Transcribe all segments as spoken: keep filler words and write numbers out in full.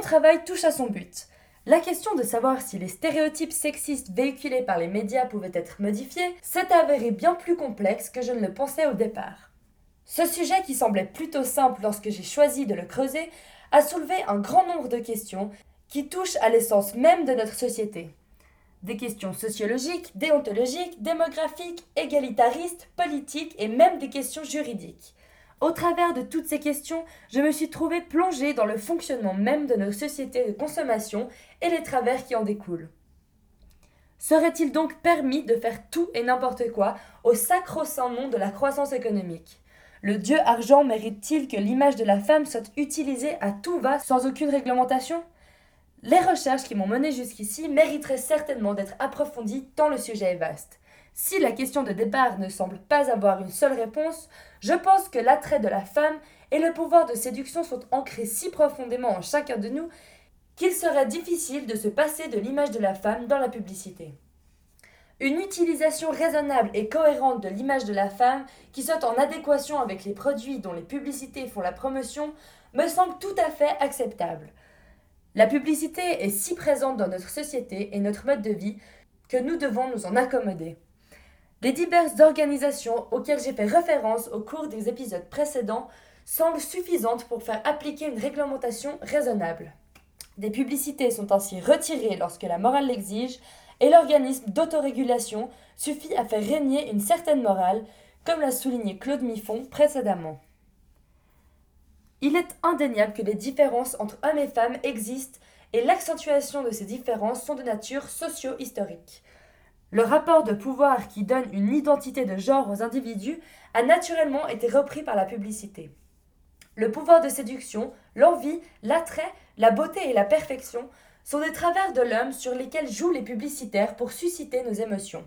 travail touche à son but. La question de savoir si les stéréotypes sexistes véhiculés par les médias pouvaient être modifiés s'est avérée bien plus complexe que je ne le pensais au départ. Ce sujet qui semblait plutôt simple lorsque j'ai choisi de le creuser a soulevé un grand nombre de questions qui touchent à l'essence même de notre société. Des questions sociologiques, déontologiques, démographiques, égalitaristes, politiques et même des questions juridiques. Au travers de toutes ces questions, je me suis trouvée plongée dans le fonctionnement même de nos sociétés de consommation et les travers qui en découlent. Serait-il donc permis de faire tout et n'importe quoi au sacro-saint nom de la croissance économique ? Le dieu argent mérite-t-il que l'image de la femme soit utilisée à tout va sans aucune réglementation ? Les recherches qui m'ont menée jusqu'ici mériteraient certainement d'être approfondies tant le sujet est vaste. Si la question de départ ne semble pas avoir une seule réponse, je pense que l'attrait de la femme et le pouvoir de séduction sont ancrés si profondément en chacun de nous qu'il serait difficile de se passer de l'image de la femme dans la publicité. Une utilisation raisonnable et cohérente de l'image de la femme qui soit en adéquation avec les produits dont les publicités font la promotion me semble tout à fait acceptable. La publicité est si présente dans notre société et notre mode de vie que nous devons nous en accommoder. Les diverses organisations auxquelles j'ai fait référence au cours des épisodes précédents semblent suffisantes pour faire appliquer une réglementation raisonnable. Des publicités sont ainsi retirées lorsque la morale l'exige et l'organisme d'autorégulation suffit à faire régner une certaine morale, comme l'a souligné Claude Miffon précédemment. Il est indéniable que les différences entre hommes et femmes existent et l'accentuation de ces différences sont de nature socio-historique. Le rapport de pouvoir qui donne une identité de genre aux individus a naturellement été repris par la publicité. Le pouvoir de séduction, l'envie, l'attrait, la beauté et la perfection sont des travers de l'homme sur lesquels jouent les publicitaires pour susciter nos émotions.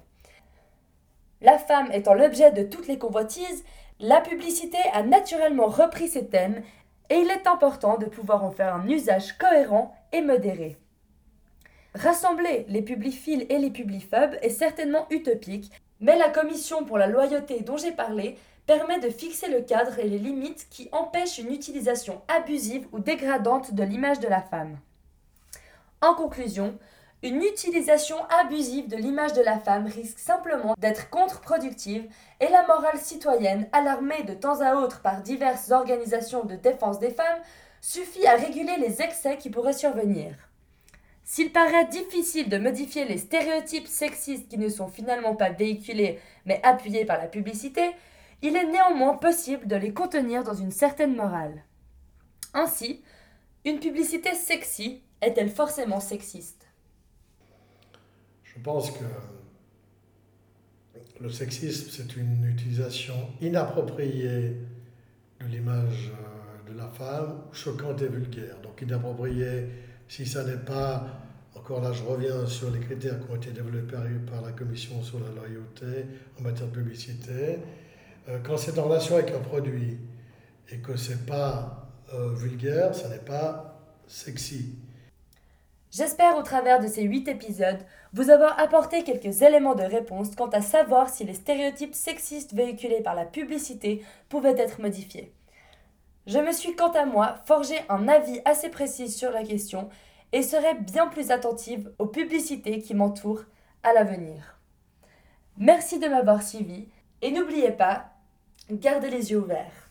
La femme étant l'objet de toutes les convoitises, la publicité a naturellement repris ces thèmes et il est important de pouvoir en faire un usage cohérent et modéré. Rassembler les publiphiles et les publiphobes est certainement utopique, mais la commission pour la loyauté dont j'ai parlé permet de fixer le cadre et les limites qui empêchent une utilisation abusive ou dégradante de l'image de la femme. En conclusion, une utilisation abusive de l'image de la femme risque simplement d'être contre-productive et la morale citoyenne, alarmée de temps à autre par diverses organisations de défense des femmes, suffit à réguler les excès qui pourraient survenir. S'il paraît difficile de modifier les stéréotypes sexistes qui ne sont finalement pas véhiculés mais appuyés par la publicité, il est néanmoins possible de les contenir dans une certaine morale. Ainsi, une publicité sexy est-elle forcément sexiste ? Je pense que le sexisme, c'est une utilisation inappropriée de l'image de la femme, choquante et vulgaire. Donc inappropriée, si ça n'est pas, encore là je reviens sur les critères qui ont été développés par la Commission sur la loyauté en matière de publicité, quand c'est en relation avec un produit et que ce n'est pas euh, vulgaire, ça n'est pas sexy. J'espère au travers de ces huit épisodes vous avoir apporté quelques éléments de réponse quant à savoir si les stéréotypes sexistes véhiculés par la publicité pouvaient être modifiés. Je me suis quant à moi forgé un avis assez précis sur la question et serai bien plus attentive aux publicités qui m'entourent à l'avenir. Merci de m'avoir suivi et n'oubliez pas, gardez les yeux ouverts.